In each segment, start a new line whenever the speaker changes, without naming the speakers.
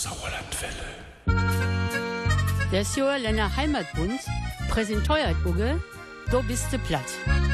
Sauerlandwelle.
Der Sauerländer Heimatbund präsentiert Uge, du bist de platt.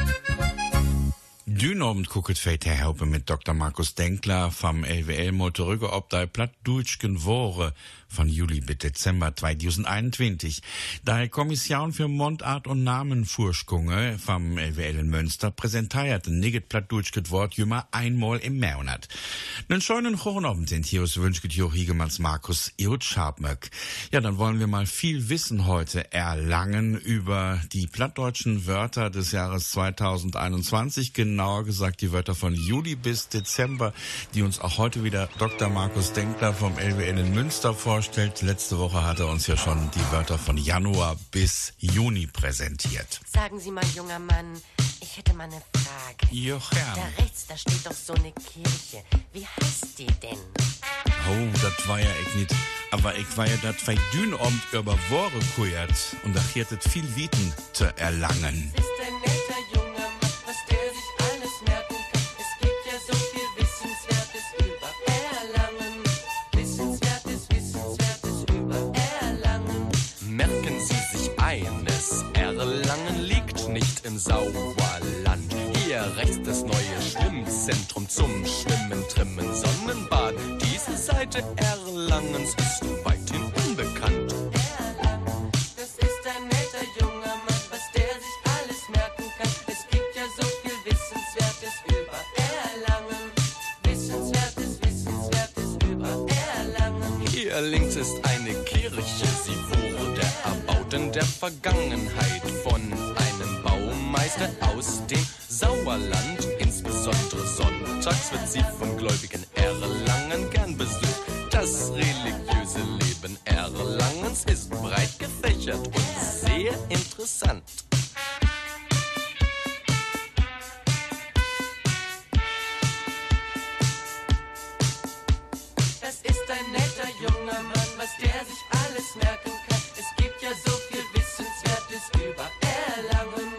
Dünabend gucket feit helpen mit Dr. Markus Denkler vom LWL Motorrüge ob da platt durchgen Woche von Juli bis Dezember 2021. Da Kommission für Mundart und Namenforschung vom LWL in Münster präsentiert ein Nigget platt durchgen Wort jümmer einmal im Monat. Einen schönen Hornabend sind hier aus wünscht Jo Hiegemanns Markus Eut Schabmöck. Ja, dann wollen wir mal viel Wissen heute erlangen über die plattdeutschen Wörter des Jahres 2021, genauer gesagt die Wörter von Juli bis Dezember, die uns auch heute wieder Dr. Markus Denkler vom LWL in Münster vorstellt. Letzte Woche hat er uns ja schon die Wörter von Januar bis Juni präsentiert.
Sagen Sie mal, junger Mann, ich hätte mal eine Frage.
Jochen.
Da rechts, da steht doch so eine Kirche. Wie heißt die denn?
Oh, das war ja ich nicht. Aber ich war ja dat bei Dünabend über Woche gehört und da hier das viel Wieten zu erlangen.
Ist ein netter junger Mann, was der sich alles merken kann. Es gibt ja so viel Wissenswertes über Erlangen. Wissenswertes über Erlangen.
Merken Sie sich eines, Erlangen liegt nicht im Sauerland. Hier rechts das neue Schwimmzentrum zum Schwimmen, Trimmen, Sonnenbad. Diese Seite Erlangens ist weithin unbekannt.
Erlangen, das ist ein netter junger Mann, was der sich alles merken kann. Es gibt ja so viel Wissenswertes über Erlangen. Wissenswertes über Erlangen.
Hier links ist eine Kirche, sie wurde erbaut in der Vergangenheit von einem Baumeister aus dem Sauerland. Insbesondere sonntags wird sie von gläubigen Erlangen gern besucht. Das religiöse Leben Erlangens ist breit gefächert und sehr interessant.
Das ist ein netter junger Mann, was der sich alles merken kann. Es gibt ja so viel Wissenswertes über Erlangen.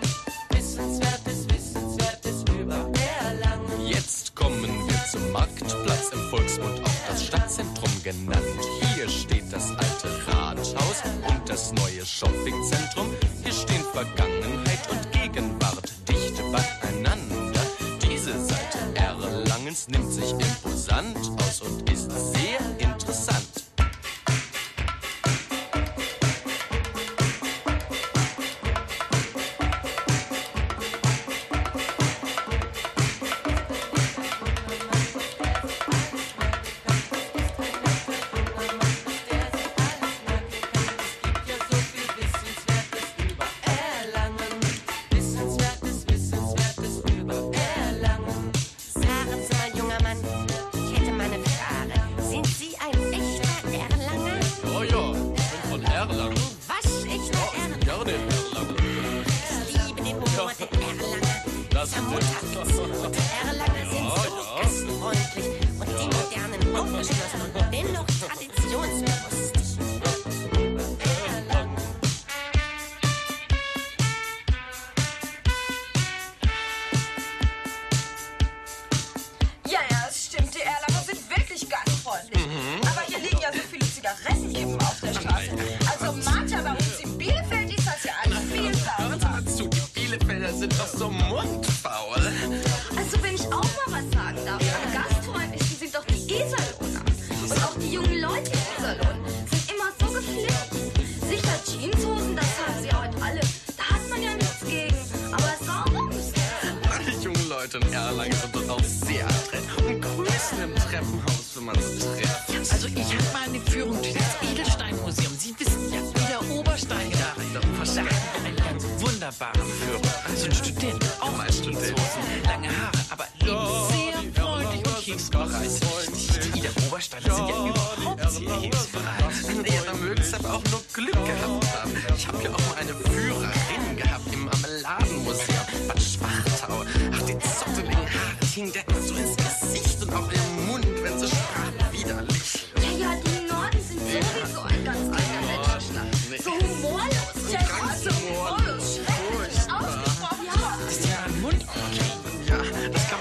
Wissenswertes über Erlangen.
Jetzt kommen wir zum Marktplatz, im Volksmund auch das Stadtzentrum genannt. Hier steht das alte Rathaus und das neue Shoppingzentrum. Hier stehen Vergangenheit und Gegenwart dicht beieinander. Diese Seite Erlangens nimmt sich imposant aus und ist sehr interessant.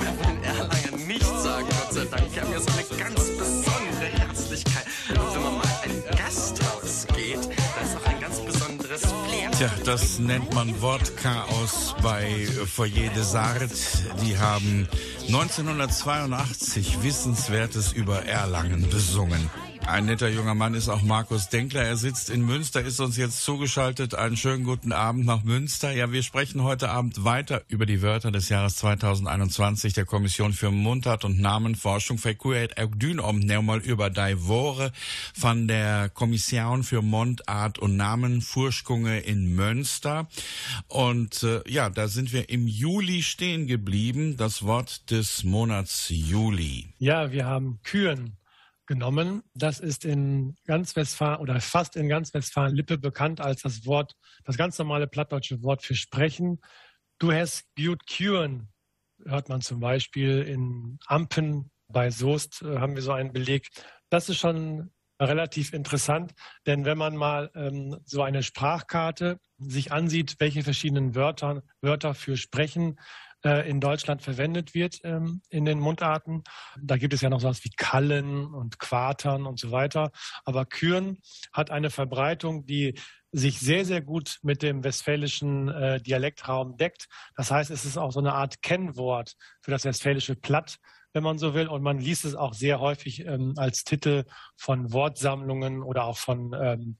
Gott sei Dank, die haben ja so eine ganz besondere Herzlichkeit. Wenn man mal
Tja, das nennt man Wortchaos bei Foyer des Arts. Die haben 1982 Wissenswertes über Erlangen besungen. Ein netter junger Mann ist auch Markus Denkler. Er sitzt in Münster, ist uns jetzt zugeschaltet. Einen schönen guten Abend nach Münster. Ja, wir sprechen heute Abend weiter über die Wörter des Jahres 2021 der Kommission für Mundart- und Namenforschung. Verkuert auch dün mal über die Woche von der Kommission für Mundart- und Namenforschung in Münster. Und ja, da sind wir im Juli stehen geblieben. Das Wort des Monats Juli.
Ja, wir haben Kühen genommen. Das ist in ganz Westfalen oder fast in ganz Westfalen-Lippe bekannt als das ganz normale plattdeutsche Wort für sprechen. Du hast gut Kühen, hört man zum Beispiel in Ampen bei Soest, haben wir so einen Beleg. Das ist schon relativ interessant, denn wenn man mal so eine Sprachkarte sich ansieht, welche verschiedenen Wörter für sprechen in Deutschland verwendet wird in den Mundarten. Da gibt es ja noch sowas wie Kallen und Quatern und so weiter. Aber Kühen hat eine Verbreitung, die sich sehr, sehr gut mit dem westfälischen Dialektraum deckt. Das heißt, es ist auch so eine Art Kennwort für das westfälische Platt, wenn man so will. Und man liest es auch sehr häufig als Titel von Wortsammlungen oder auch von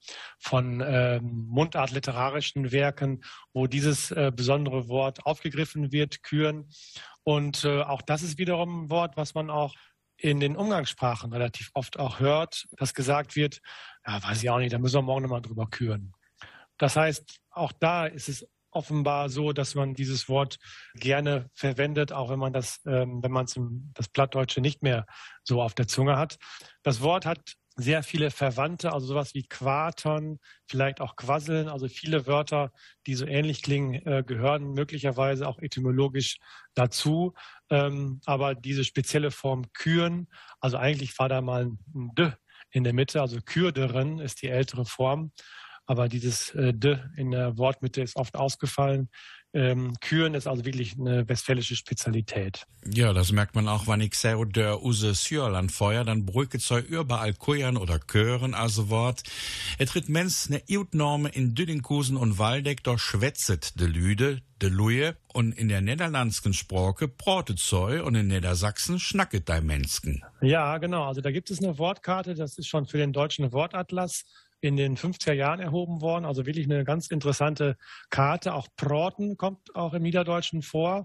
mundartliterarischen Werken, wo dieses besondere Wort aufgegriffen wird, Kühen. Und auch das ist wiederum ein Wort, was man auch in den Umgangssprachen relativ oft auch hört, dass gesagt wird, ja, weiß ich auch nicht, da müssen wir morgen nochmal drüber küren. Das heißt, auch da ist es offenbar so, dass man dieses Wort gerne verwendet, auch wenn man das Plattdeutsche nicht mehr so auf der Zunge hat. Das Wort hat sehr viele Verwandte, also sowas wie Quatern, vielleicht auch Quasseln, also viele Wörter, die so ähnlich klingen, gehören möglicherweise auch etymologisch dazu. Aber diese spezielle Form Kühen, also eigentlich war da mal ein D in der Mitte, also Kürderen ist die ältere Form. Aber dieses D in der Wortmitte ist oft ausgefallen. Kühen ist also wirklich eine westfälische Spezialität.
Ja, das merkt man auch, wenn ich sage, der use Sürland feuer, dann brücket so überall Kujan oder Kören also Wort. Tritt mens ne Iutnorme in Düdinkusen und Waldeck, doch schwätzet de Lüde, de Luje, und in der niederlandsken Sprache brotet Zeu und in Niedersachsen schnacket dei Mensken.
Ja, genau. Also da gibt es eine Wortkarte, das ist schon für den deutschen Wortatlas in den 50er Jahren erhoben worden. Also wirklich eine ganz interessante Karte. Auch Proten kommt auch im Niederdeutschen vor.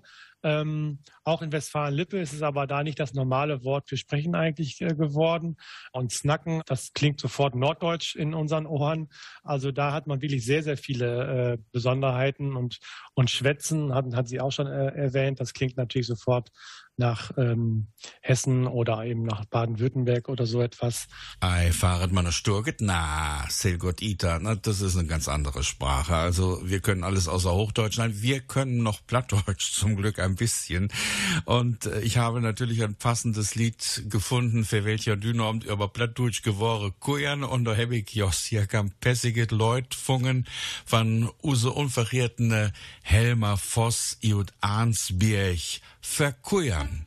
Auch in Westfalen-Lippe ist es aber da nicht das normale Wort für Sprechen eigentlich geworden. Und Snacken, das klingt sofort norddeutsch in unseren Ohren. Also da hat man wirklich sehr, sehr viele Besonderheiten und Schwätzen, hat sie auch schon erwähnt. Das klingt natürlich sofort nach Hessen oder eben nach Baden-Württemberg oder so etwas.
Ei, fahret man Sturget? Na, Selgot Ita, das ist eine ganz andere Sprache. Also wir können alles außer Hochdeutsch. Nein, wir können noch Plattdeutsch zum Glück ein bisschen. Und ich habe natürlich ein passendes Lied gefunden, für welcher Dünamt über Plattdeutsch geworden Kujan. Und da habe ich hier kam pessiget Leut fungen von use unverkehrten Helmer Voss und Arnsbierg verkujan.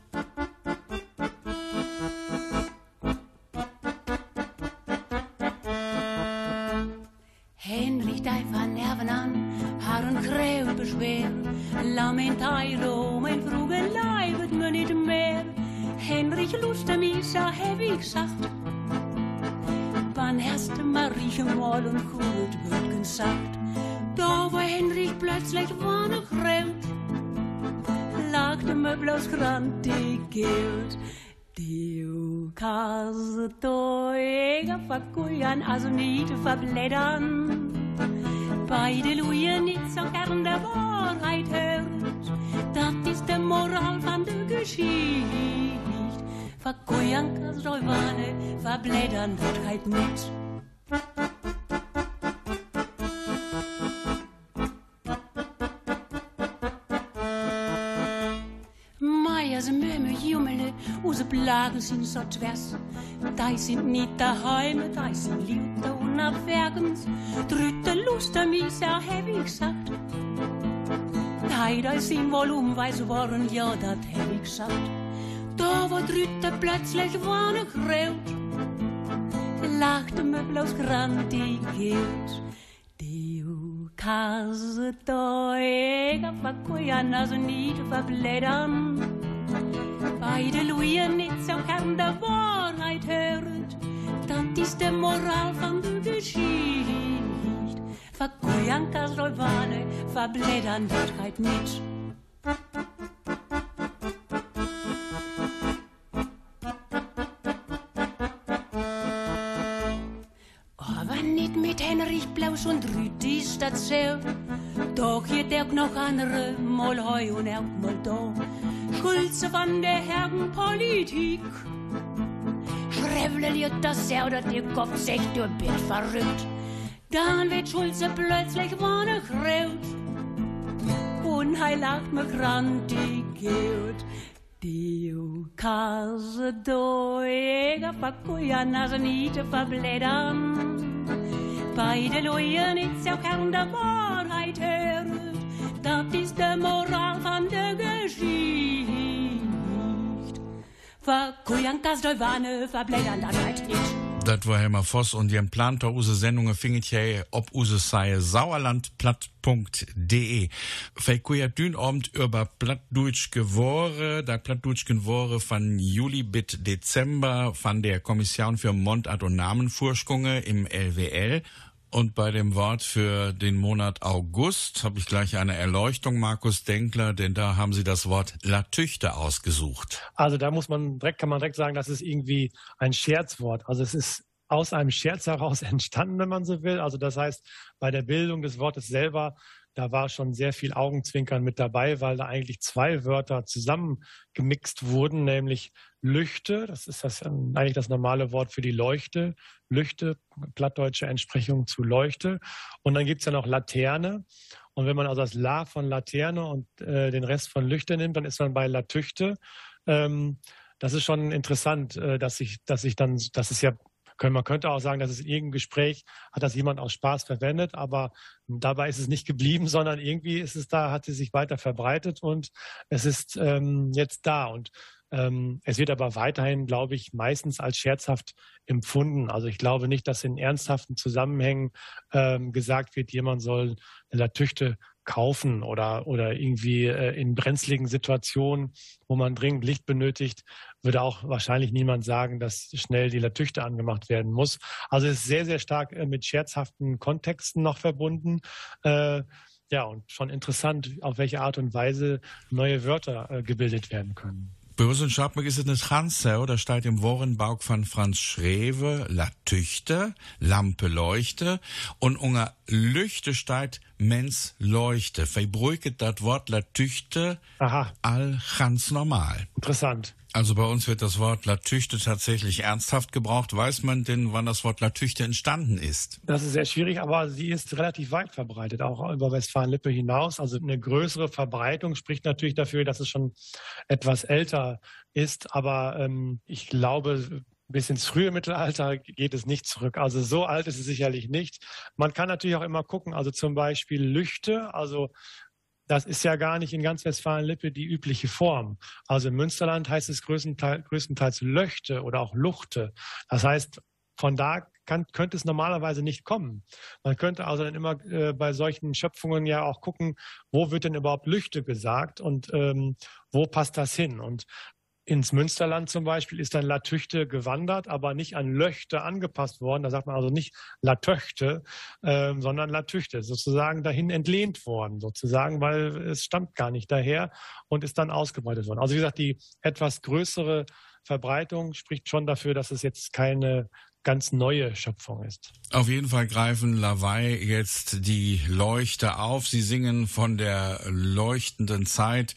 Henrich, dei van Nerven an, haar een kreeuw beschwer. Lamentairo, mijn vroege leibet me niet meer. Henrich lustte mich, so heb ik gesagt. Wann erste Marieche mal und gut wird gesagt. Da war Henrich plötzlich wann kreut. Lagde me bloß grantig Geld. Du kannst teuer verkujan, also nicht verblättern. Beide Luje nicht so gern der Wahrheit hört. Das ist die Moral von der Geschichte. Verkujan kannst du Wanne, verblättern wird halt nicht. Use Plagen sind so tvers, die sind nicht daheim, die sind lieb da unerwerkens. Dritte Lust an mich, so hab ich gesagt. Die sind wohl unweis worden, ja, dat hab ich gesagt. Da war dritte plötzlich war ne Kraut, lachte mir bloß grantig Geld. Du Kase Deuger verkujan, also nicht verblättern. Beide Luien nicht so kann der Wahrheit hören, das ist der Moral von der Geschichte. Verkujan, Kasolwane, verblättern wird halt nicht. Mit Henrich Blausch und Rüti Stadtschell. Doch hier der noch andere, mal heu und er mal da. Schulze von der Herren Politik. Schreveliert das er oder der Kopf sich durch Bild verrückt. Dann wird Schulze plötzlich warne Kraut. Und er lacht mir grantig Geld. Die Kase Deuger verkujan, also nicht verblättern. Beide Leute nicht so gern der Wahrheit hören, das ist der Moral von der Geschichte. Verkujan, Kasdolwane, verblättern das halt nicht.
Das war Helmer Voss und die Planter use Sendungen findet ja ob use sei sauerlandplatt.de. Verkuja Dünabend über Plattdeutsch gewore, da Plattdeutsch gewore von Juli bis Dezember von der Kommission für Mundart und Namenforschungen im LWL. Und bei dem Wort für den Monat August habe ich gleich eine Erleuchtung, Markus Denkler, denn da haben Sie das Wort Latüchte ausgesucht.
Also da kann man direkt sagen, das ist irgendwie ein Scherzwort. Also es ist aus einem Scherz heraus entstanden, wenn man so will. Also das heißt, bei der Bildung des Wortes selber, da war schon sehr viel Augenzwinkern mit dabei, weil da eigentlich zwei Wörter zusammengemixt wurden, nämlich Lüchte, das ist eigentlich das normale Wort für die Leuchte, Lüchte, plattdeutsche Entsprechung zu Leuchte. Und dann gibt es ja noch Laterne. Und wenn man also das La von Laterne und den Rest von Lüchte nimmt, dann ist man bei Latüchte. Das ist schon interessant, man könnte auch sagen, dass es in irgendeinem Gespräch hat das jemand aus Spaß verwendet, aber dabei ist es nicht geblieben, sondern irgendwie hat es sich weiter verbreitet und es ist jetzt da. Und es wird aber weiterhin, glaube ich, meistens als scherzhaft empfunden. Also ich glaube nicht, dass in ernsthaften Zusammenhängen gesagt wird, jemand soll eine Latüchte kaufen oder irgendwie in brenzligen Situationen, wo man dringend Licht benötigt, würde auch wahrscheinlich niemand sagen, dass schnell die Latüchte angemacht werden muss. Also es ist sehr, sehr stark mit scherzhaften Kontexten noch verbunden. Ja, und schon interessant, auf welche Art und Weise neue Wörter gebildet werden können.
Wissenschaftlich ist es nicht ganz so, da steht im Worenbauk von Franz Schrewe Latüchte, Lampe leuchte und unter Lüchte steht Mens leuchte. Verbrücket das Wort Latüchte all ganz normal.
Interessant.
Also bei uns wird das Wort Latüchte tatsächlich ernsthaft gebraucht. Weiß man denn, wann das Wort Latüchte entstanden ist?
Das ist sehr schwierig, aber sie ist relativ weit verbreitet, auch über Westfalen-Lippe hinaus. Also eine größere Verbreitung spricht natürlich dafür, dass es schon etwas älter ist. Aber ich glaube, bis ins frühe Mittelalter geht es nicht zurück. Also so alt ist es sicherlich nicht. Man kann natürlich auch immer gucken, also zum Beispiel Lüchte, also das ist ja gar nicht in ganz Westfalen-Lippe die übliche Form. Also im Münsterland heißt es größtenteils Löchte oder auch Luchte. Das heißt, von da könnte es normalerweise nicht kommen. Man könnte also dann immer bei solchen Schöpfungen ja auch gucken, wo wird denn überhaupt Lüchte gesagt und wo passt das hin? Und ins Münsterland zum Beispiel ist dann Latüchte gewandert, aber nicht an Löchte angepasst worden. Da sagt man also nicht Latöchte, sondern Latüchte, sozusagen dahin entlehnt worden, sozusagen, weil es stammt gar nicht daher und ist dann ausgebreitet worden. Also wie gesagt, die etwas größere Verbreitung spricht schon dafür, dass es jetzt keine ganz neue Schöpfung ist.
Auf jeden Fall greifen Lawaai jetzt die Leuchte auf. Sie singen von der leuchtenden Zeit.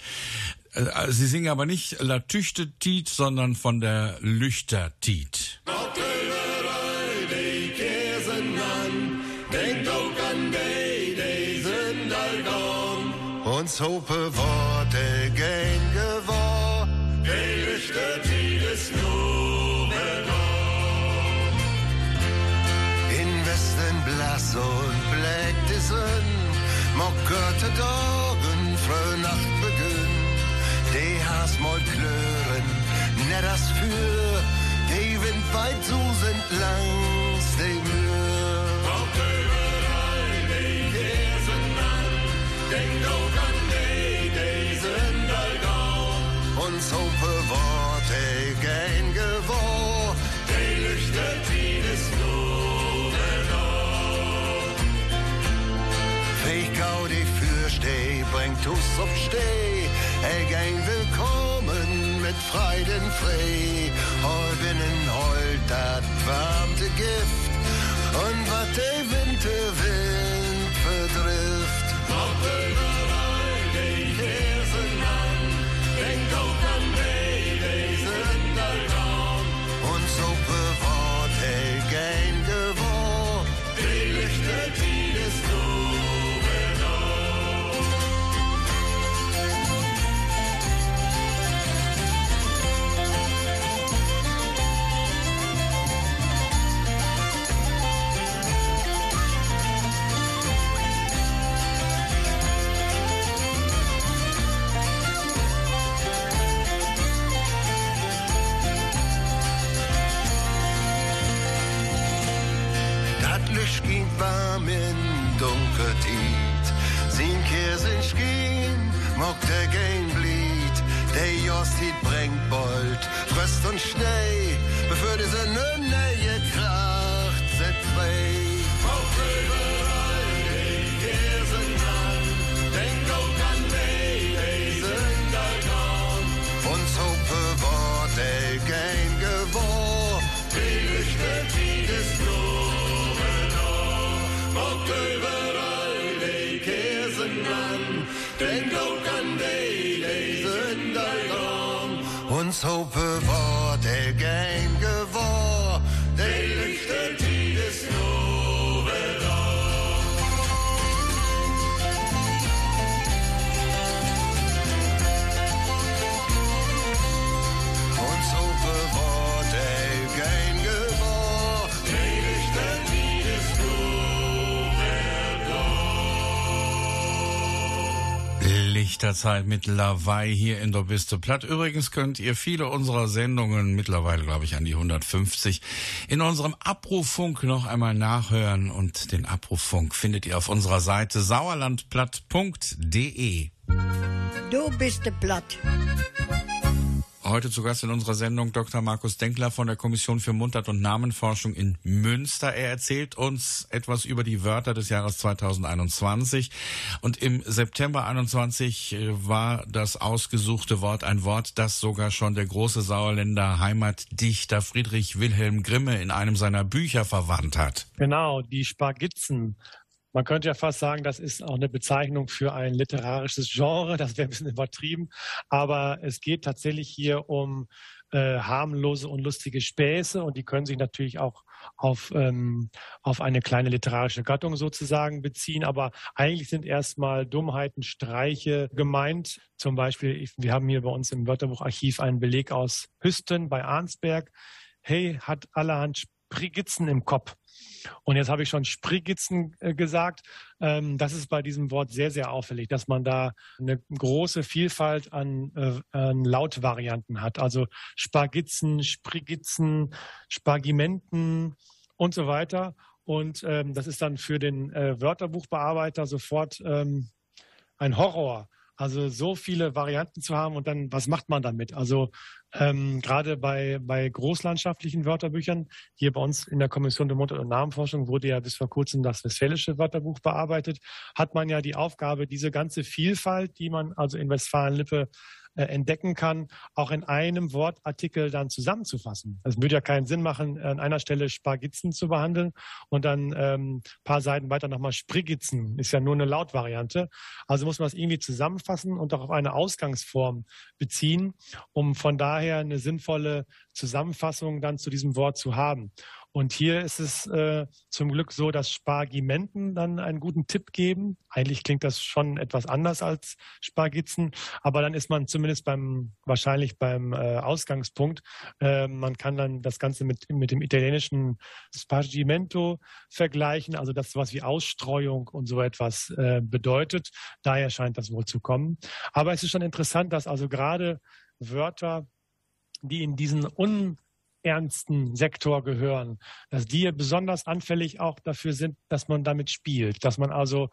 Sie singen aber nicht Latüchte-Tiet, sondern von der Lüchter-Tiet.
Uns hope Worte gäng gewor, die Lüchter-Tiet ist nur begonnen. In Westen blass und blägt die Sonne, mockerte Dagen, früh Nacht beginn. Die Haas mal klören, ne das für, die Wind weit so sind langs dem Mühr. Kommt überall, die Käsen bringt uns auf Steh. Again willkommen mit Freuden frei. Hol binnen holt dat warmte Gift. Und wat der Winterwind verdrifft. Ob überall die Käsen an, denk auch an die sind allraum. Und so bewahrt again gewohr, die Lichter, die des Licht ging warm in dunkel Tiet. Sin Kirsen schien, mogt der Gein blied. Der Jostit bringt bald, Fröst und Schnee, bevor diese neue Kracht set frei. Auf überall die Kirsen an, denk auch an die sind allgraum. Und so bewahrt der Gein gewohr, die Lichter, die des Mogt überall die Käsen an, denk auch an die sind allgraum. Und so bewahrt der Gein gewohr, die Lichter, die des Und so bewahrt der Gein gewohr, die Lichter, die des
Lichterzeit mit Lawaai hier in der Biste Platt. Übrigens könnt ihr viele unserer Sendungen, mittlerweile glaube ich an die 150, in unserem Abrufunk noch einmal nachhören. Und den Abrufunk findet ihr auf unserer Seite sauerlandplatt.de.
Du bist platt.
Heute zu Gast in unserer Sendung Dr. Markus Denkler von der Kommission für Mundart- und Namenforschung in Münster. Er erzählt uns etwas über die Wörter des Jahres 2021. Und im September 21 war das ausgesuchte Wort ein Wort, das sogar schon der große Sauerländer Heimatdichter Friedrich Wilhelm Grimme in einem seiner Bücher verwandt hat.
Genau, die Spargitzen. Man könnte ja fast sagen, das ist auch eine Bezeichnung für ein literarisches Genre. Das wäre ein bisschen übertrieben. Aber es geht tatsächlich hier um harmlose und lustige Späße. Und die können sich natürlich auch auf eine kleine literarische Gattung sozusagen beziehen. Aber eigentlich sind erstmal Dummheiten, Streiche gemeint. Zum Beispiel, wir haben hier bei uns im Wörterbucharchiv einen Beleg aus Hüsten bei Arnsberg. Hey, hat allerhand Sprigitzen im Kopf. Und jetzt habe ich schon Sprigitzen gesagt. Das ist bei diesem Wort sehr, sehr auffällig, dass man da eine große Vielfalt an Lautvarianten hat. Also Spargitzen, Sprigitzen, Spargimenten und so weiter. Und das ist dann für den Wörterbuchbearbeiter sofort ein Horror. Also so viele Varianten zu haben und dann, was macht man damit? Also gerade bei großlandschaftlichen Wörterbüchern, hier bei uns in der Kommission der Mundart- und Namenforschung wurde ja bis vor kurzem das Westfälische Wörterbuch bearbeitet, hat man ja die Aufgabe, diese ganze Vielfalt, die man also in Westfalen-Lippe entdecken kann, auch in einem Wortartikel dann zusammenzufassen. Es würde ja keinen Sinn machen, an einer Stelle Spargitzen zu behandeln und dann ein paar Seiten weiter nochmal Sprigitzen. Ist ja nur eine Lautvariante. Also muss man es irgendwie zusammenfassen und auch auf eine Ausgangsform beziehen, um von daher eine sinnvolle Zusammenfassung dann zu diesem Wort zu haben. Und hier ist es zum Glück so, dass Spargimenten dann einen guten Tipp geben. Eigentlich klingt das schon etwas anders als Spargitzen, aber dann ist man zumindest wahrscheinlich beim Ausgangspunkt. Man kann dann das Ganze mit dem italienischen Spargimento vergleichen, also das, was wie Ausstreuung und so etwas bedeutet. Daher scheint das wohl zu kommen. Aber es ist schon interessant, dass also gerade Wörter, die in diesen ernsten Sektor gehören, dass die besonders anfällig auch dafür sind, dass man damit spielt, dass man also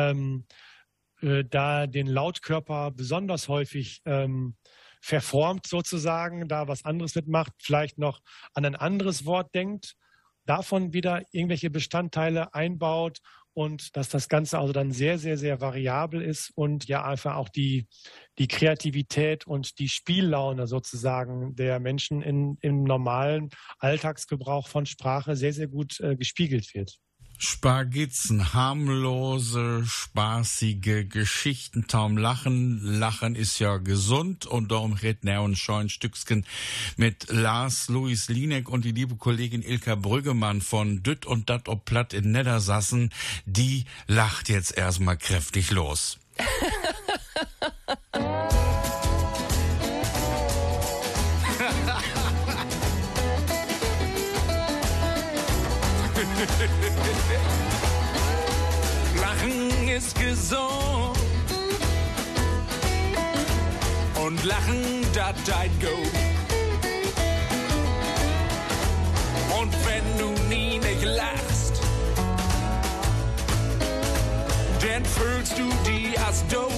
da den Lautkörper besonders häufig verformt sozusagen, da was anderes mitmacht, vielleicht noch an ein anderes Wort denkt, davon wieder irgendwelche Bestandteile einbaut und dass das Ganze also dann sehr, sehr, sehr variabel ist und ja einfach auch die Kreativität und die Spiellaune sozusagen der Menschen im normalen Alltagsgebrauch von Sprache sehr, sehr gut gespiegelt wird.
Spargitzen, harmlose, spaßige Geschichten, taum Lachen. Lachen ist ja gesund und darum redet er und scheuen Stückchen mit Lars Louis Lienek und die liebe Kollegin Ilka Brüggemann von Dütt und Dat ob Platt in Niedersassen. Die lacht jetzt erstmal kräftig los.
Lachen ist gesund und Lachen, dat deit go. Und wenn du nie nicht lachst, dann fühlst du die als doof.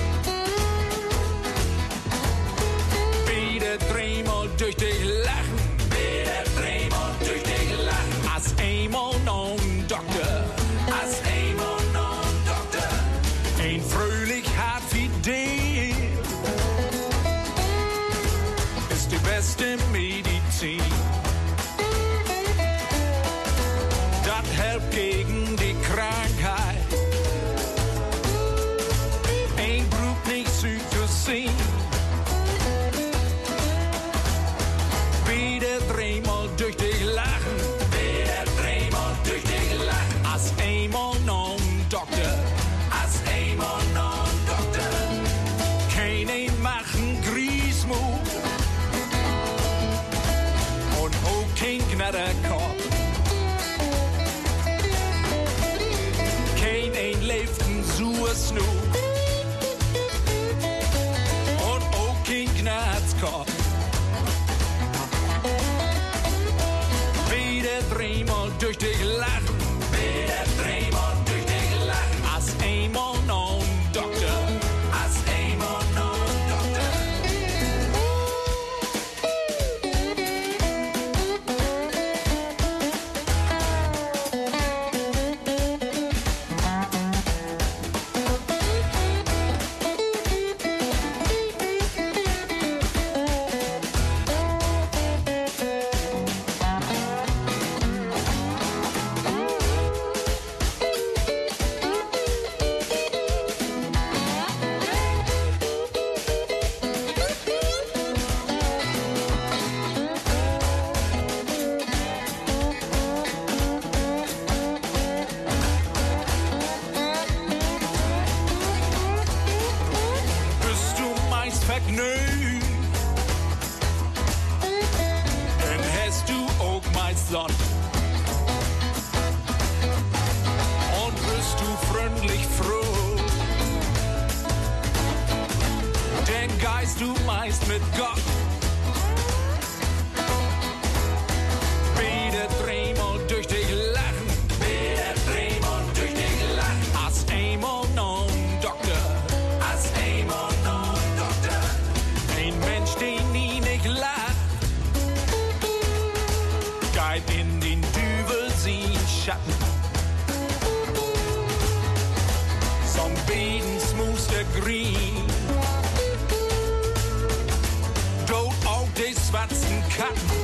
Wieder dreimal durch dich lachen, wieder dreimal durch dich lachen. Als einmal noch ein Doktor, als einmal noch ein Doktor, ein fröhlich hart wie dir, ist die beste Medizin. Das hilft gegen die Krankheit. Ein Brut nicht Cytosin. Wieder dreimal durch dich lachen. Wieder dreimal durch dich lachen. Als einmal noch ein Doktor. Als einmal noch ein Doktor. Keinen machen Griesmut. Und auch kein Knatterkopf. Kein leiften Sursnut. Und auch kein Knatzkopf. Wieder dreimal durch dich lachen. Wieder dreimal durch dich lachen. Als einmal noch ein Doktor. Als einmal noch ein Doktor. Bist du meist vergnügt, dann hast du auch meist Sonne. Und bist du freundlich froh, dann geist du meist mit Gott. Wieder dreimal durch dich lachen, wieder dreimal durch dich lachen. Als einmal noch ein Doktor, als einmal noch ein Doktor. Ein Mensch, den nie nicht lacht, geht in den Dübel sein Schatten. Som Bedens Muster green, dort auch die schwarzen Katten.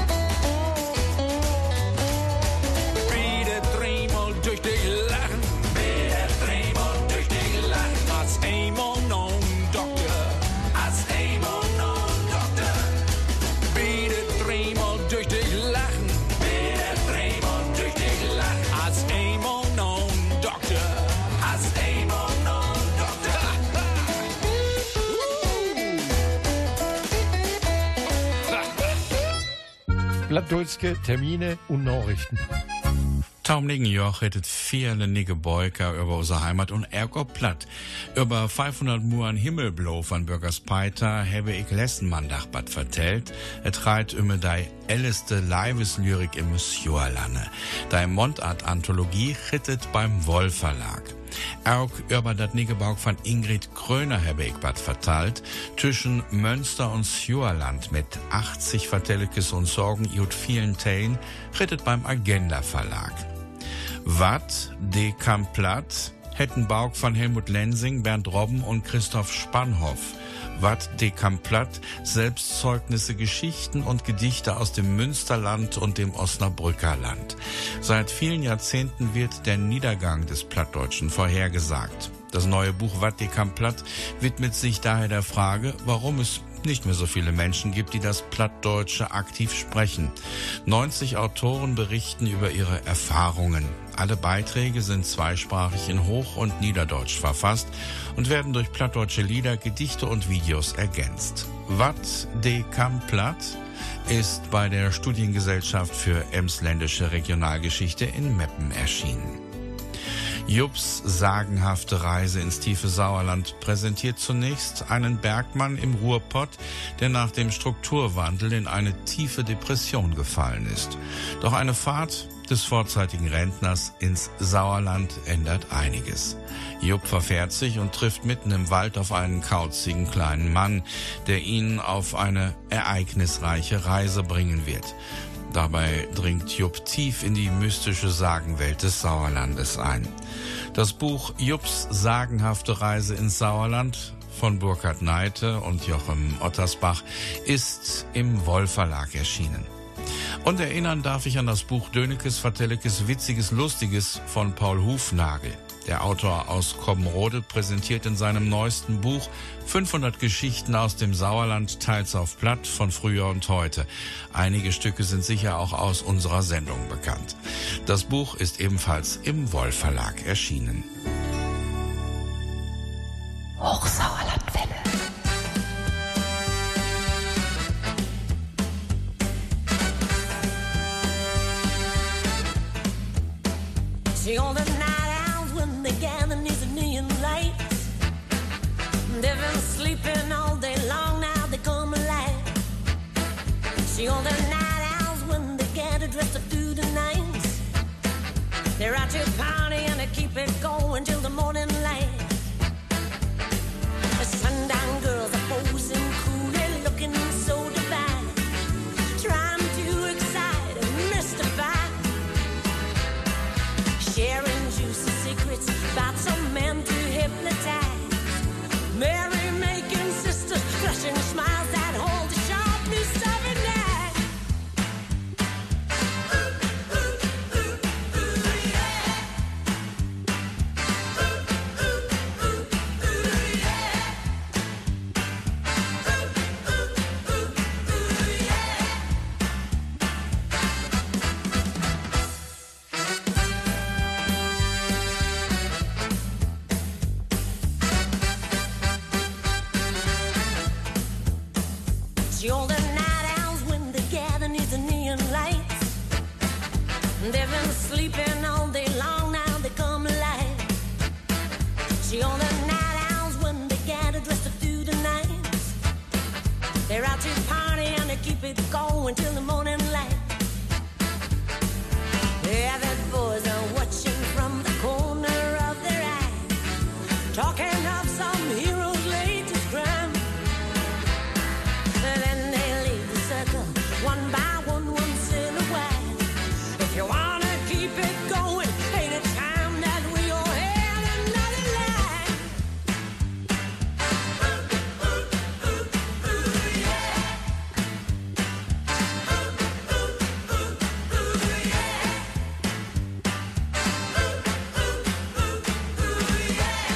Wieder dreimal durch dich lachen, wieder dreimal durch dich lachen. Als einmal noch ein Doktor, als einmal noch ein Doktor. Wieder dreimal durch dich lachen, wieder dreimal durch dich lachen. Als einmal noch ein Doktor, als einmal noch ein Doktor.
Plattdeutsche Termine und Nachrichten.
Taum Joch hättet viele nige Beuker über unsere Heimat und Ergo Platt. Über 500 Muren Himmelblau von Bürgers Peiter habe ich letzten Mandachbad vertellt. Reit über die älteste Leibeslyrik im Sjorlanne. Die Mondart-Anthologie hittet beim Woll Verlag. Auch über das Niggebauk von Ingrid Kröner habe ich bad verteilt, zwischen Münster und Sjorland mit 80 Vertellekes und Sorgen und vielen Teilen, rittet beim Agenda Verlag. Wat de Kamplat, Hettenbauk von Helmut Lensing, Bernd Robben und Christoph Spannhoff. Wat de Kamplat, Selbstzeugnisse, Geschichten und Gedichte aus dem Münsterland und dem Osnabrücker Land. Seit vielen Jahrzehnten wird der Niedergang des Plattdeutschen vorhergesagt. Das neue Buch Wat de Kamplat widmet sich daher der Frage, warum es nicht mehr so viele Menschen gibt, die das Plattdeutsche aktiv sprechen. 90 Autoren berichten über ihre Erfahrungen. Alle Beiträge sind zweisprachig in Hoch- und Niederdeutsch verfasst und werden durch plattdeutsche Lieder, Gedichte und Videos ergänzt. Wat de Kamplat ist bei der Studiengesellschaft für emsländische Regionalgeschichte in Meppen erschienen. Jupps sagenhafte Reise ins tiefe Sauerland präsentiert zunächst einen Bergmann im Ruhrpott, der nach dem Strukturwandel in eine tiefe Depression gefallen ist. Doch eine Fahrt des vorzeitigen Rentners ins Sauerland ändert einiges. Jupp verfährt sich und trifft mitten im Wald auf einen kauzigen kleinen Mann, der ihn auf eine ereignisreiche Reise bringen wird. Dabei dringt Jupp tief in die mystische Sagenwelt des Sauerlandes ein. Das Buch Jupps sagenhafte Reise ins Sauerland von Burkhard Neite und Jochem Ottersbach ist im Woll Verlag erschienen. Und erinnern darf ich an das Buch Dönekes, Vertellekes, Witziges, Lustiges von Paul Hufnagel. Der Autor aus Cobbenrode präsentiert in seinem neuesten Buch 500 Geschichten aus dem Sauerland, teils auf Platt, von früher und heute. Einige Stücke sind sicher auch aus unserer Sendung bekannt. Das Buch ist ebenfalls im Woll Verlag erschienen.
Hochsauerlandwelle.
See all the night owls when they gather neath the neon lights. They've been sleeping all day long, now they come alive. See all the night owls when they gather dressed up through the nights. They're out to party and they keep it going till the morning light. The sundown girls are posing coolly, looking so divine, trying to excite and mystify, sharing juicy secrets about some men to hypnotize. Merry-making sisters, flashing smiles that hold the sharp blue starry night. Ooh, ooh, ooh, ooh, yeah. Ooh, ooh, ooh, ooh, yeah. Ooh, ooh, ooh, ooh, yeah. See all the night owls when they gather neath the neon lights. They've been sleeping all day long, now they come alive. See all the night owls when they gather dressed up through the nights. They're out to party and they keep it going till the morning light. The avid boys are watching from the corner of their eye, talking of some hero's latest crime. Then they leave the circle, one by one, one silhouette. If you wanna keep it going, ain't it time that we all had another life? Ooh, ooh, ooh, ooh, yeah. Ooh, ooh, ooh, ooh, yeah. Ooh, ooh, ooh, ooh, yeah.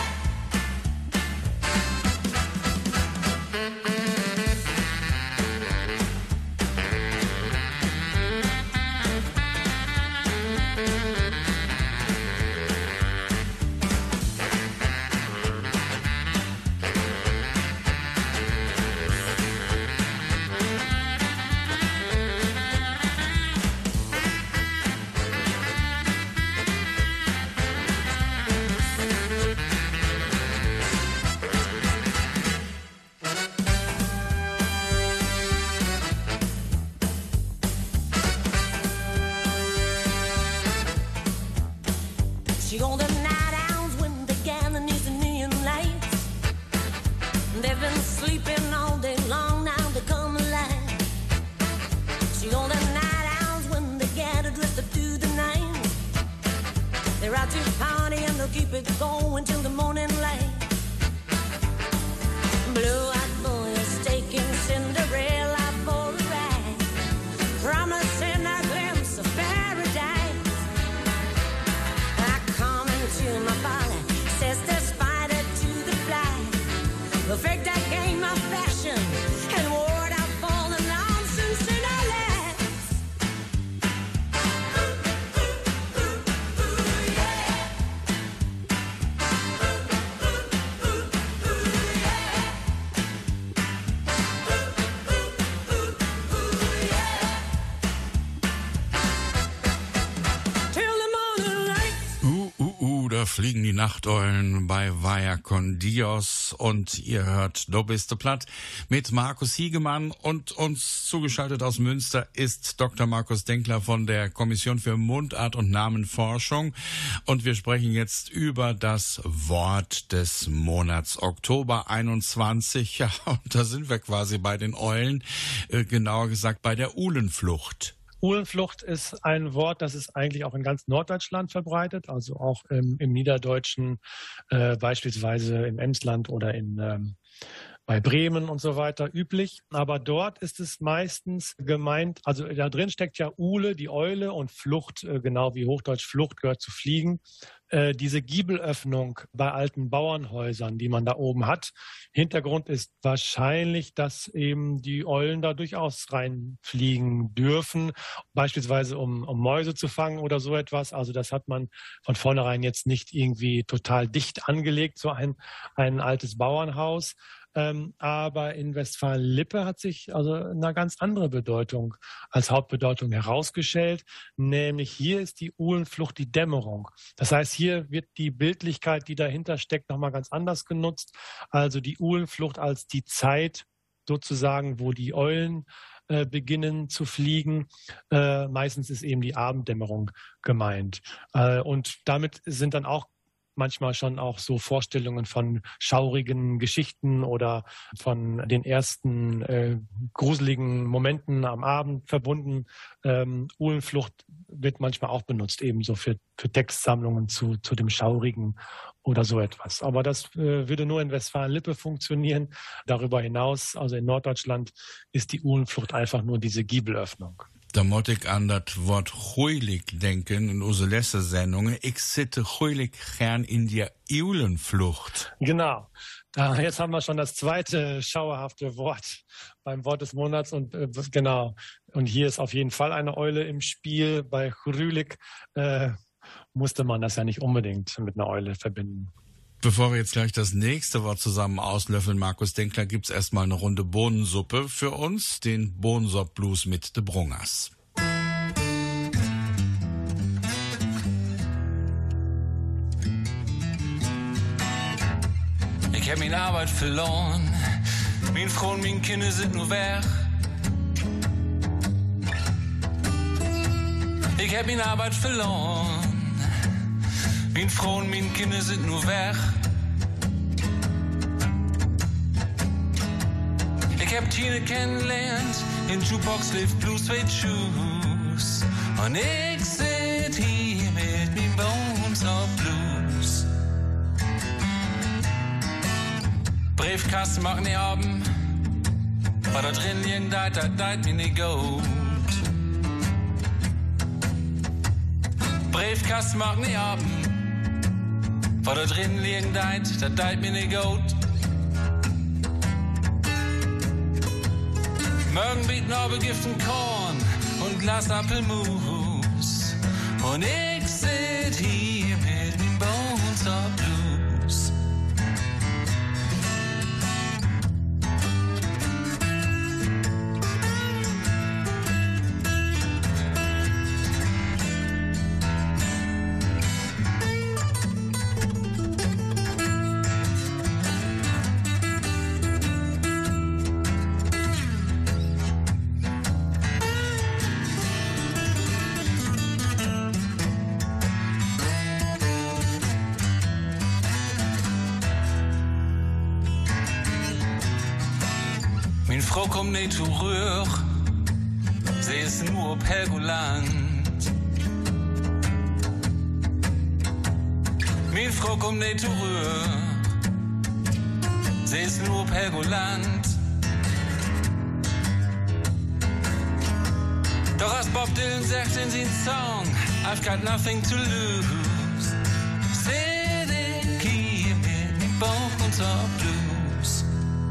See all the night owls when they gather neath the neon lights. They've been sleeping all day long, now they come alive. See all the night owls when they gather dressed up through the night. They're out to party and they'll keep it going till the morning light. Blue-eyed boy is taking Cinderella for a ride, promising a glimpse of paradise. I come into my parlor, says the spider to the fly. We'll fake that game of fashion and ward out all the nonsense in our lives. Till the morning light.
Da fliegen die Nachteulen bei Vaya con Dios und ihr hört Do biste platt mit Markus Hiegemann und uns zugeschaltet aus Münster ist Dr. Markus Denkler von der Kommission für Mundart- und Namenforschung und wir sprechen jetzt über das Wort des Monats Oktober 21. Ja, und da sind wir quasi bei den Eulen, genauer gesagt bei der Uhlenflucht.
Uhlenflucht ist ein Wort, das ist eigentlich auch in ganz Norddeutschland verbreitet, also auch im Niederdeutschen, beispielsweise im Emsland oder bei Bremen und so weiter üblich. Aber dort ist es meistens gemeint, also da drin steckt ja Uhle, die Eule, und Flucht, genau wie Hochdeutsch Flucht gehört zu fliegen. Diese Giebelöffnung bei alten Bauernhäusern, die man da oben hat. Hintergrund ist wahrscheinlich, dass eben die Eulen da durchaus reinfliegen dürfen, beispielsweise um Mäuse zu fangen oder so etwas. Also das hat man von vornherein jetzt nicht irgendwie total dicht angelegt, so ein altes Bauernhaus. Aber in Westfalen-Lippe hat sich also eine ganz andere Bedeutung als Hauptbedeutung herausgestellt, nämlich hier ist die Uhlenflucht die Dämmerung. Das heißt, hier wird die Bildlichkeit, die dahinter steckt, nochmal ganz anders genutzt. Also die Uhlenflucht als die Zeit sozusagen, wo die Eulen beginnen zu fliegen. Meistens ist eben die Abenddämmerung gemeint. Und damit sind dann auch manchmal schon auch so Vorstellungen von schaurigen Geschichten oder von den ersten gruseligen Momenten am Abend verbunden. Uhlenflucht wird manchmal auch benutzt, ebenso für Textsammlungen zu dem Schaurigen oder so etwas. Aber das würde nur in Westfalen-Lippe funktionieren. Darüber hinaus, also in Norddeutschland, ist die Uhlenflucht einfach nur diese Giebelöffnung.
Da moet ik aan dat Wort huilig denken in onze Lesesendungen. Ich sitte huilig gern in der Uhlenflucht.
Genau. Jetzt haben wir schon das zweite schauerhafte Wort beim Wort des Monats und genau. Und hier ist auf jeden Fall eine Eule im Spiel. Bei huilig musste man das ja nicht unbedingt mit einer Eule verbinden.
Bevor wir jetzt gleich das nächste Wort zusammen auslöffeln, Markus Denkler, gibt's erstmal eine Runde Bohnensuppe für uns, den Bohnensupp-Blues mit de Brungers.
Ich hab meine Arbeit verloren, meine Frau und meine Kinder sind nur weg. Ich hab meine Arbeit verloren, meine Frau und meine Kinder sind nur weg. Ich hab Tine kennengelernt, in Jukebox live Blues with Shoes. Und ich sit hier mit meinem Bohnensupp Blues. Briefkasten mag nicht haben, weil da drin irgendein, das deit mir nicht gut. Briefkasten mag nicht haben, weil da drin irgendein, das deit mir nicht gut. Morgen bieten aber Giften Korn und Glas Apfelmus. Und ich sit hier mit dem Bohnensupp Blues. Mijn vrouw komt niet terug, ze is nur op Helgoland. Min Frau kommt nicht zurück. Sie ist nur auf Helgoland. Doch als Bob Dylan sagt in seinem Song, I've got nothing to lose. Sitting here mit Bauch und Top Blues.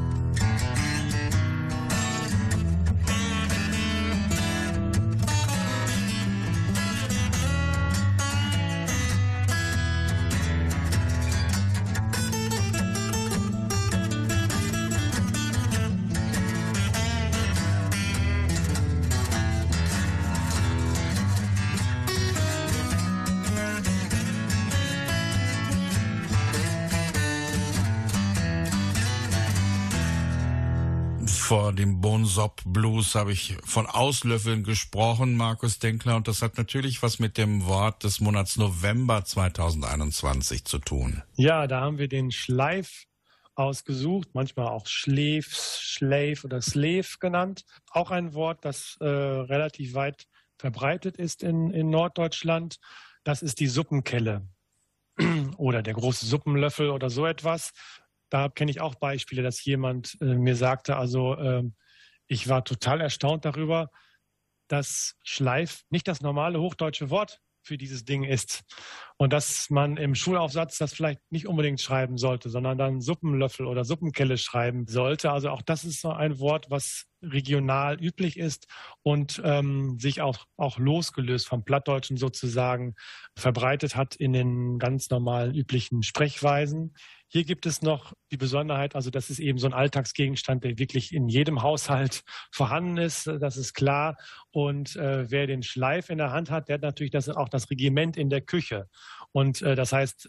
Vor dem Bonsop-Blues habe ich von Auslöffeln gesprochen, Markus Denkler, und das hat natürlich was mit dem Wort des Monats November 2021 zu tun.
Ja, da haben wir den Schleif ausgesucht, manchmal auch Schleif oder Slave genannt. Auch ein Wort, das relativ weit verbreitet ist in Norddeutschland. Das ist die Suppenkelle oder der große Suppenlöffel oder so etwas. Da kenne ich auch Beispiele, dass jemand mir sagte, also ich war total erstaunt darüber, dass Schleif nicht das normale hochdeutsche Wort für dieses Ding ist. Und dass man im Schulaufsatz das vielleicht nicht unbedingt schreiben sollte, sondern dann Suppenlöffel oder Suppenkelle schreiben sollte. Also auch das ist so ein Wort, was regional üblich ist und sich auch losgelöst vom Plattdeutschen sozusagen verbreitet hat in den ganz normalen üblichen Sprechweisen. Hier gibt es noch die Besonderheit, also das ist eben so ein Alltagsgegenstand, der wirklich in jedem Haushalt vorhanden ist, das ist klar. Und wer den Schleif in der Hand hat, der hat natürlich auch das Regiment in der Küche. Und das heißt,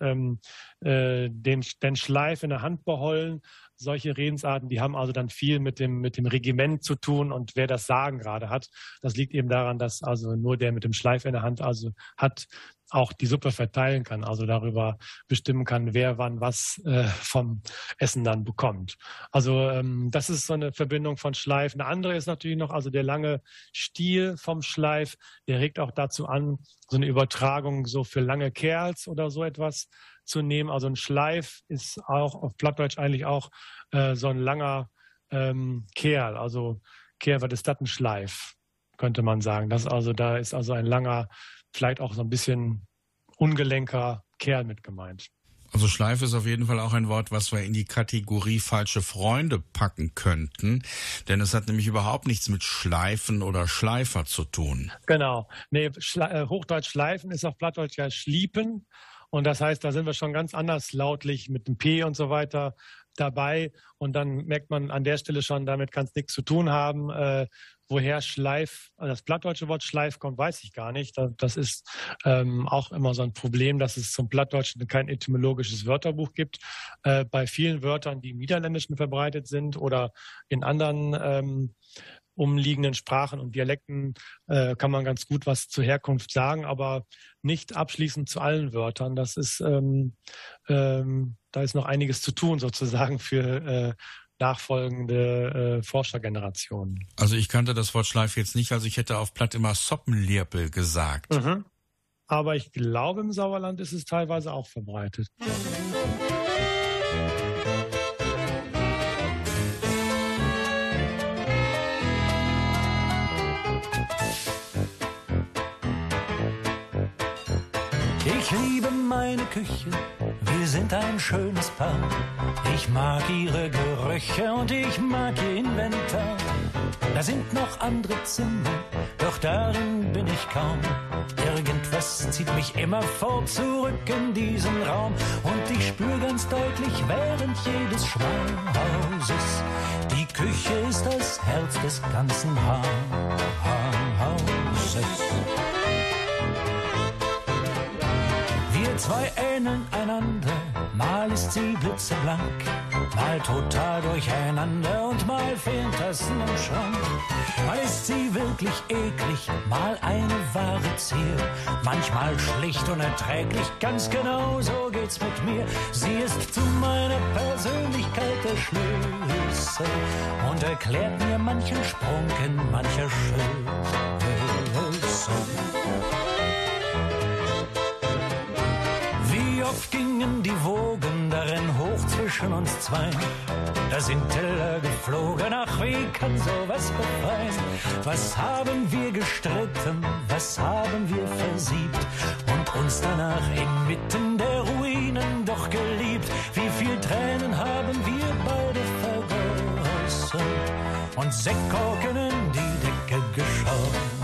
den Schleif in der Hand behollen, solche Redensarten, die haben also dann viel mit dem Regiment zu tun. Und wer das Sagen gerade hat, das liegt eben daran, dass also nur der mit dem Schleif in der Hand also hat, auch die Suppe verteilen kann, also darüber bestimmen kann, wer wann was vom Essen dann bekommt. Also das ist so eine Verbindung von Schleif. Eine andere ist natürlich noch, also der lange Stiel vom Schleif, der regt auch dazu an, so eine Übertragung so für lange Kerls oder so etwas zu nehmen. Also ein Schleif ist auch auf Plattdeutsch eigentlich auch so ein langer Kerl. Also Kerl, was ist das, ein Schleif, könnte man sagen. Da ist also ein langer, vielleicht auch so ein bisschen ungelenker Kerl mit gemeint.
Also Schleif ist auf jeden Fall auch ein Wort, was wir in die Kategorie falsche Freunde packen könnten, denn es hat nämlich überhaupt nichts mit Schleifen oder Schleifer zu tun.
Genau. Nee, Hochdeutsch Schleifen ist auf Plattdeutsch ja Schliepen. Und das heißt, da sind wir schon ganz anders lautlich mit dem P und so weiter dabei. Und dann merkt man an der Stelle schon, damit kann es nichts zu tun haben. Woher Schleif, das plattdeutsche Wort Schleif kommt, weiß ich gar nicht. Das ist auch immer so ein Problem, dass es zum Plattdeutschen kein etymologisches Wörterbuch gibt. Bei vielen Wörtern, die im Niederländischen verbreitet sind oder in anderen umliegenden Sprachen und Dialekten kann man ganz gut was zur Herkunft sagen, aber nicht abschließend zu allen Wörtern. Das ist, da ist noch einiges zu tun sozusagen für nachfolgende Forschergenerationen.
Also ich kannte das Wort Schleif jetzt nicht, also ich hätte auf Platt immer Soppenlierpel gesagt.
Mhm. Aber ich glaube, im Sauerland ist es teilweise auch verbreitet.
Ich liebe meine Küche, wir sind ein schönes Paar. Ich mag ihre Gerüche und ich mag ihr Inventar. Da sind noch andere Zimmer, doch darin bin ich kaum. Irgendwas zieht mich immer fort zurück in diesen Raum. Und ich spür ganz deutlich während jedes Schmalhauses, die Küche ist das Herz des ganzen Hauses. Wir zwei ähneln einander, mal ist sie blitzeblank, mal total durcheinander und mal fehlen Tassen im Schrank. Mal ist sie wirklich eklig, mal eine wahre Zier, manchmal schlicht unerträglich, ganz genau so geht's mit mir. Sie ist zu meiner Persönlichkeit der Schlüssel und erklärt mir manchen Sprung in mancher Schüssel. Wie oft gingen zwischen uns zweien. Da sind Teller geflogen, ach, wie kann sowas befreien? Was haben wir gestritten, was haben wir versiebt und uns danach inmitten der Ruinen doch geliebt? Wie viel Tränen haben wir beide vergossen und Sektkorken in die Decke geschossen.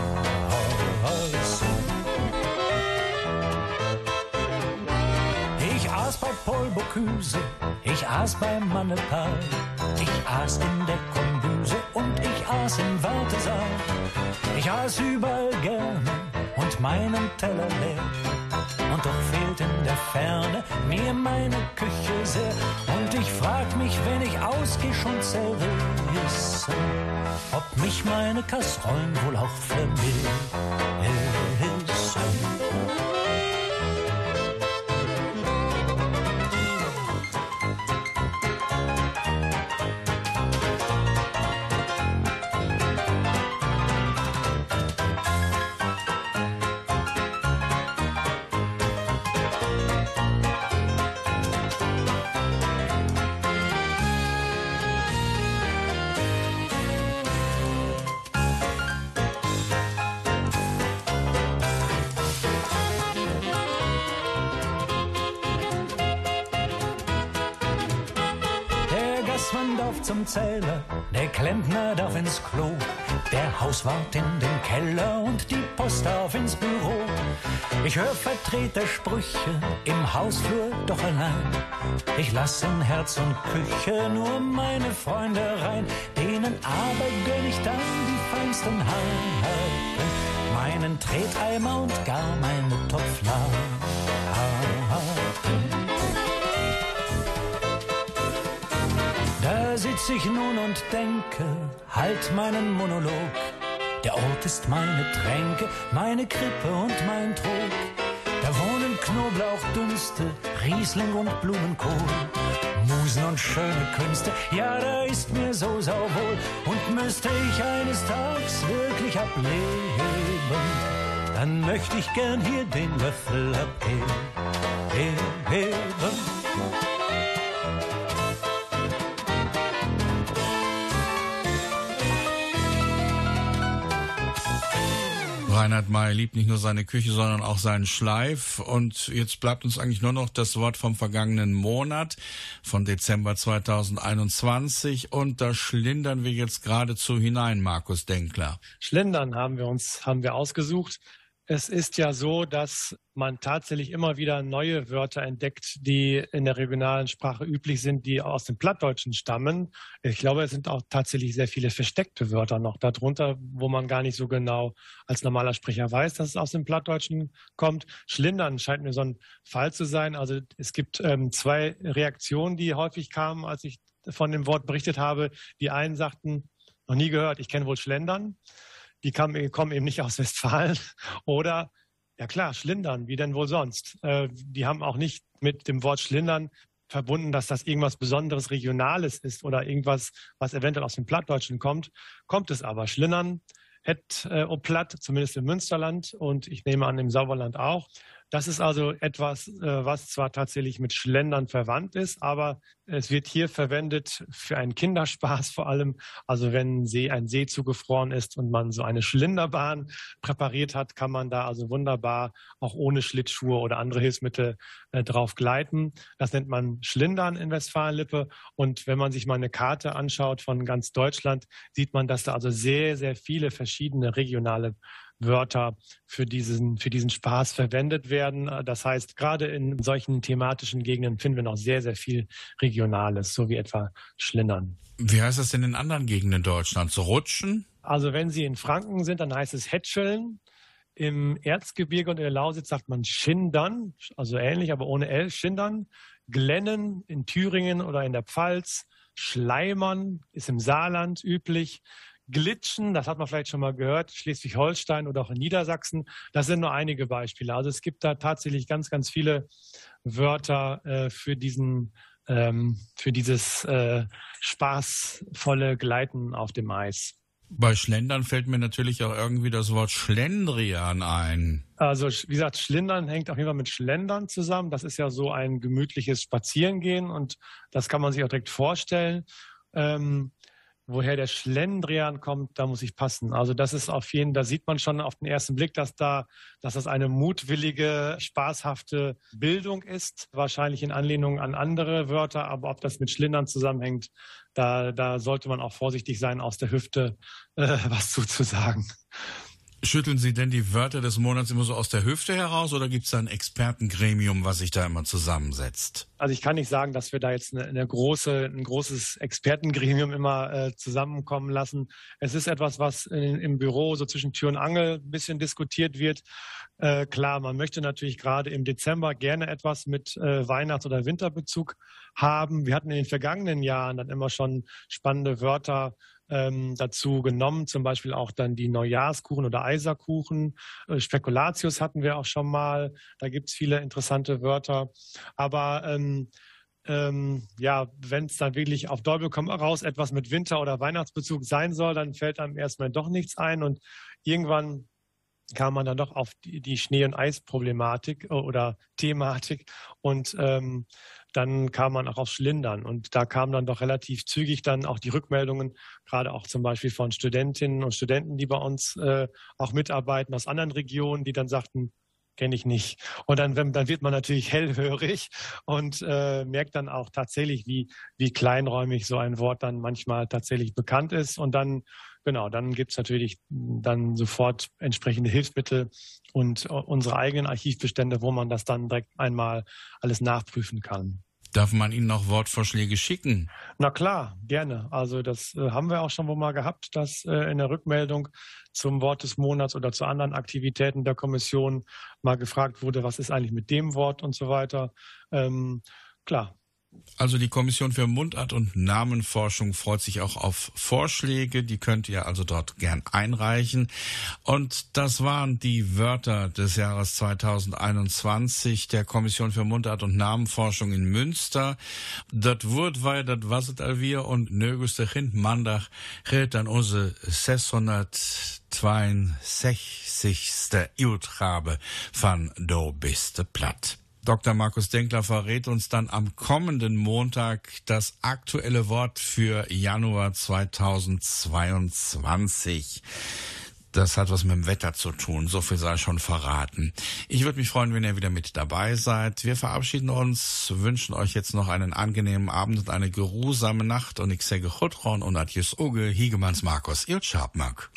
Ich aß bei Paul Bocuse, ich aß bei Mannepaar, ich aß in der Kombüse und ich aß im Wartesaal. Ich aß überall gerne und meinen Teller leer. Und doch fehlt in der Ferne mir meine Küche sehr. Und ich frag mich, wenn ich ausgeh, schon zerrissen, ob mich meine Kasserollen wohl auch vermissen. Zum Zeller, der Klempner darf ins Klo, der Hauswart in den Keller und die Post darf ins Büro. Ich hör Vertretersprüche im Hausflur doch allein. Ich lass in Herz und Küche nur meine Freunde rein, denen aber gönn ich dann die feinsten Harten, meinen Treteimer und gar meine Topfladen. Da sitz ich nun und denke, halt meinen Monolog. Der Ort ist meine Tränke, meine Krippe und mein Trog. Da wohnen Knoblauchdünste, Riesling und Blumenkohl, Musen und schöne Künste, ja, da ist mir so sauwohl. Und müsste ich eines Tages wirklich ableben, dann möchte ich gern hier den Löffel abheben.
Reinhard May liebt nicht nur seine Küche, sondern auch seinen Schleif. Und jetzt bleibt uns eigentlich nur noch das Wort vom vergangenen Monat, von Dezember 2021. Und da schlendern wir jetzt geradezu hinein, Markus Denkler.
Schlendern haben wir ausgesucht. Es ist ja so, dass man tatsächlich immer wieder neue Wörter entdeckt, die in der regionalen Sprache üblich sind, die aus dem Plattdeutschen stammen. Ich glaube, es sind auch tatsächlich sehr viele versteckte Wörter noch darunter, wo man gar nicht so genau als normaler Sprecher weiß, dass es aus dem Plattdeutschen kommt. Schlindern scheint mir so ein Fall zu sein. Also es gibt zwei Reaktionen, die häufig kamen, als ich von dem Wort berichtet habe. Die einen sagten, noch nie gehört, ich kenne wohl Schlendern. Die kommen eben nicht aus Westfalen. Oder, ja klar, Schlindern, wie denn wohl sonst? Die haben auch nicht mit dem Wort Schlindern verbunden, dass das irgendwas Besonderes Regionales ist oder irgendwas, was eventuell aus dem Plattdeutschen kommt. Kommt es aber. Schlindern et Platt, zumindest im Münsterland und ich nehme an im Sauerland auch. Das ist also etwas, was zwar tatsächlich mit Schlendern verwandt ist, aber es wird hier verwendet für einen Kinderspaß vor allem. Also wenn ein See zugefroren ist und man so eine Schlinderbahn präpariert hat, kann man da also wunderbar auch ohne Schlittschuhe oder andere Hilfsmittel drauf gleiten. Das nennt man Schlindern in Westfalen-Lippe. Und wenn man sich mal eine Karte anschaut von ganz Deutschland, sieht man, dass da also sehr, sehr viele verschiedene regionale Wörter für diesen Spaß verwendet werden. Das heißt, gerade in solchen thematischen Gegenden finden wir noch sehr, sehr viel Regionales, so wie etwa Schlindern.
Wie heißt das denn in anderen Gegenden Deutschlands? Rutschen?
Also wenn Sie in Franken sind, dann heißt es Hätscheln. Im Erzgebirge und in der Lausitz sagt man Schindern, also ähnlich, aber ohne L, Schindern. Glennen in Thüringen oder in der Pfalz. Schleimern ist im Saarland üblich. Glitschen, das hat man vielleicht schon mal gehört, Schleswig-Holstein oder auch in Niedersachsen. Das sind nur einige Beispiele. Also es gibt da tatsächlich ganz, ganz viele Wörter für dieses spaßvolle Gleiten auf dem Eis.
Bei Schlendern fällt mir natürlich auch irgendwie das Wort Schlendrian ein.
Also wie gesagt, Schlendern hängt auf jeden Fall mit Schlendern zusammen. Das ist ja so ein gemütliches Spazierengehen und das kann man sich auch direkt vorstellen. Woher der Schlendrian kommt, da muss ich passen. Also das ist auf jeden Fall, da sieht man schon auf den ersten Blick, dass das eine mutwillige, spaßhafte Bildung ist. Wahrscheinlich in Anlehnung an andere Wörter, aber ob das mit Schlendern zusammenhängt, da sollte man auch vorsichtig sein, aus der Hüfte was zuzusagen.
Schütteln Sie denn die Wörter des Monats immer so aus der Hüfte heraus oder gibt es da ein Expertengremium, was sich da immer zusammensetzt?
Also ich kann nicht sagen, dass wir da jetzt ein großes Expertengremium immer zusammenkommen lassen. Es ist etwas, was im Büro so zwischen Tür und Angel ein bisschen diskutiert wird. Klar, man möchte natürlich gerade im Dezember gerne etwas mit Weihnachts- oder Winterbezug haben. Wir hatten in den vergangenen Jahren dann immer schon spannende Wörter dazu genommen, zum Beispiel auch dann die Neujahrskuchen oder Eiserkuchen. Spekulatius hatten wir auch schon mal. Da gibt es viele interessante Wörter. Aber wenn es dann wirklich auf Teufel komm raus etwas mit Winter- oder Weihnachtsbezug sein soll, dann fällt einem erstmal doch nichts ein. Und irgendwann kam man dann doch auf die Schnee- und Eisproblematik oder Thematik und dann kam man auch aufs Schlendern und da kamen dann doch relativ zügig dann auch die Rückmeldungen, gerade auch zum Beispiel von Studentinnen und Studenten, die bei uns auch mitarbeiten aus anderen Regionen, die dann sagten, kenne ich nicht. Und dann wird man natürlich hellhörig und merkt dann auch tatsächlich, wie kleinräumig so ein Wort dann manchmal tatsächlich bekannt ist. Und dann gibt es natürlich dann sofort entsprechende Hilfsmittel und unsere eigenen Archivbestände, wo man das dann direkt einmal alles nachprüfen kann.
Darf man Ihnen noch Wortvorschläge schicken?
Na klar, gerne. Also das haben wir auch schon mal gehabt, dass in der Rückmeldung zum Wort des Monats oder zu anderen Aktivitäten der Kommission mal gefragt wurde, was ist eigentlich mit dem Wort und so weiter. Klar.
Also die Kommission für Mundart- und Namenforschung freut sich auch auf Vorschläge. Die könnt ihr also dort gern einreichen. Und das waren die Wörter des Jahres 2021 der Kommission für Mundart- und Namenforschung in Münster. Das Wort war, das was es alweer und nögeste Kind Mandach redet dann unsere 662. Utgabe von Do biste platt. Dr. Markus Denkler verrät uns dann am kommenden Montag das aktuelle Wort für Januar 2022. Das hat was mit dem Wetter zu tun, so viel sei schon verraten. Ich würde mich freuen, wenn ihr wieder mit dabei seid. Wir verabschieden uns, wünschen euch jetzt noch einen angenehmen Abend und eine geruhsame Nacht. Und ich sage Chutron und Adjus Oge, Hiegemanns Markus, ihr Schabmark.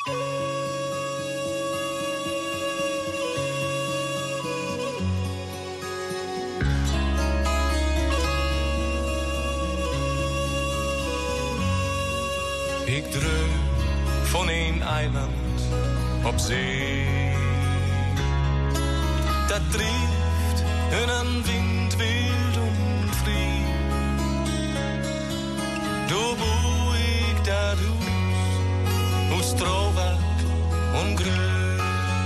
Ik droom van een eiland op zee. Dat trifft in een wind wild und frei. Du wo ik dat aus Strohwerk und Grün.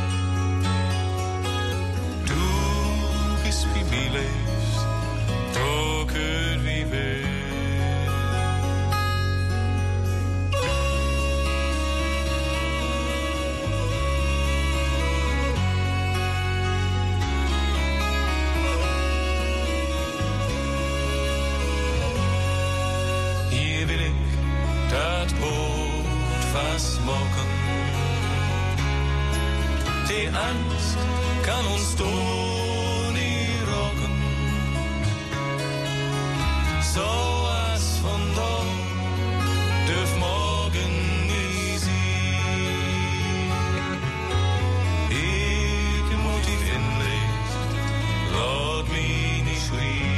Du bist wie mir lebst, du könnt wie will. Die Angst kann uns doch nie rocken. So was von da dürf morgen nie sein. Ich motiv inlegt, laut mich nicht schreien.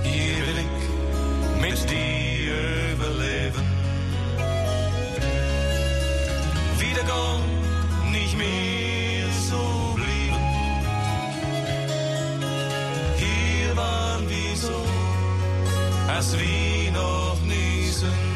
Hier will ich mit dir überleben. Wieder kann nicht mehr so blieben. Hier waren wir so, als wir noch nie sind.